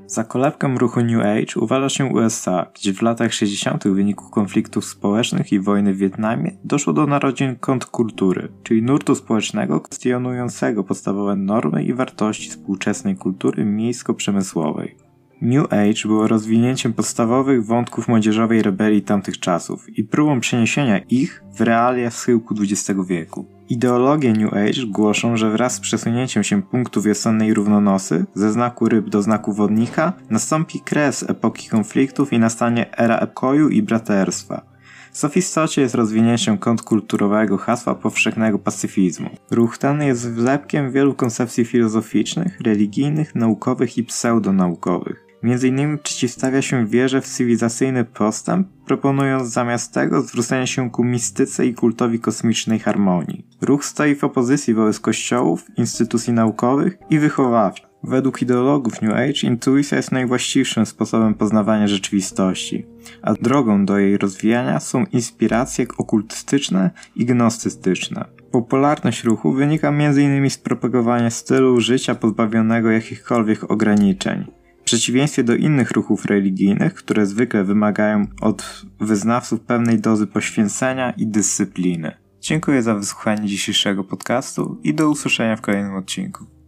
Za kolebkę ruchu New Age uważa się USA, gdzie w latach 60. w wyniku konfliktów społecznych i wojny w Wietnamie doszło do narodzin kontrkultury, czyli nurtu społecznego kwestionującego podstawowe normy i wartości współczesnej kultury miejsko-przemysłowej. New Age było rozwinięciem podstawowych wątków młodzieżowej rebelii tamtych czasów i próbą przeniesienia ich w realia schyłku XX wieku. Ideologie New Age głoszą, że wraz z przesunięciem się punktu wiosennej równonosy ze znaku ryb do znaku wodnika nastąpi kres epoki konfliktów i nastanie era pokoju i braterstwa. Co w istocie jest rozwinięciem kontrkulturowego hasła powszechnego pacyfizmu. Ruch ten jest wlepkiem wielu koncepcji filozoficznych, religijnych, naukowych i pseudonaukowych. Między innymi przeciwstawia się wierze w cywilizacyjny postęp, proponując zamiast tego zwrócenie się ku mistyce i kultowi kosmicznej harmonii. Ruch stoi w opozycji wobec kościołów, instytucji naukowych i wychowawczych. Według ideologów New Age intuicja jest najwłaściwszym sposobem poznawania rzeczywistości, a drogą do jej rozwijania są inspiracje okultystyczne i gnostyczne. Popularność ruchu wynika m.in. z propagowania stylu życia pozbawionego jakichkolwiek ograniczeń. W przeciwieństwie do innych ruchów religijnych, które zwykle wymagają od wyznawców pewnej dozy poświęcenia i dyscypliny. Dziękuję za wysłuchanie dzisiejszego podcastu i do usłyszenia w kolejnym odcinku.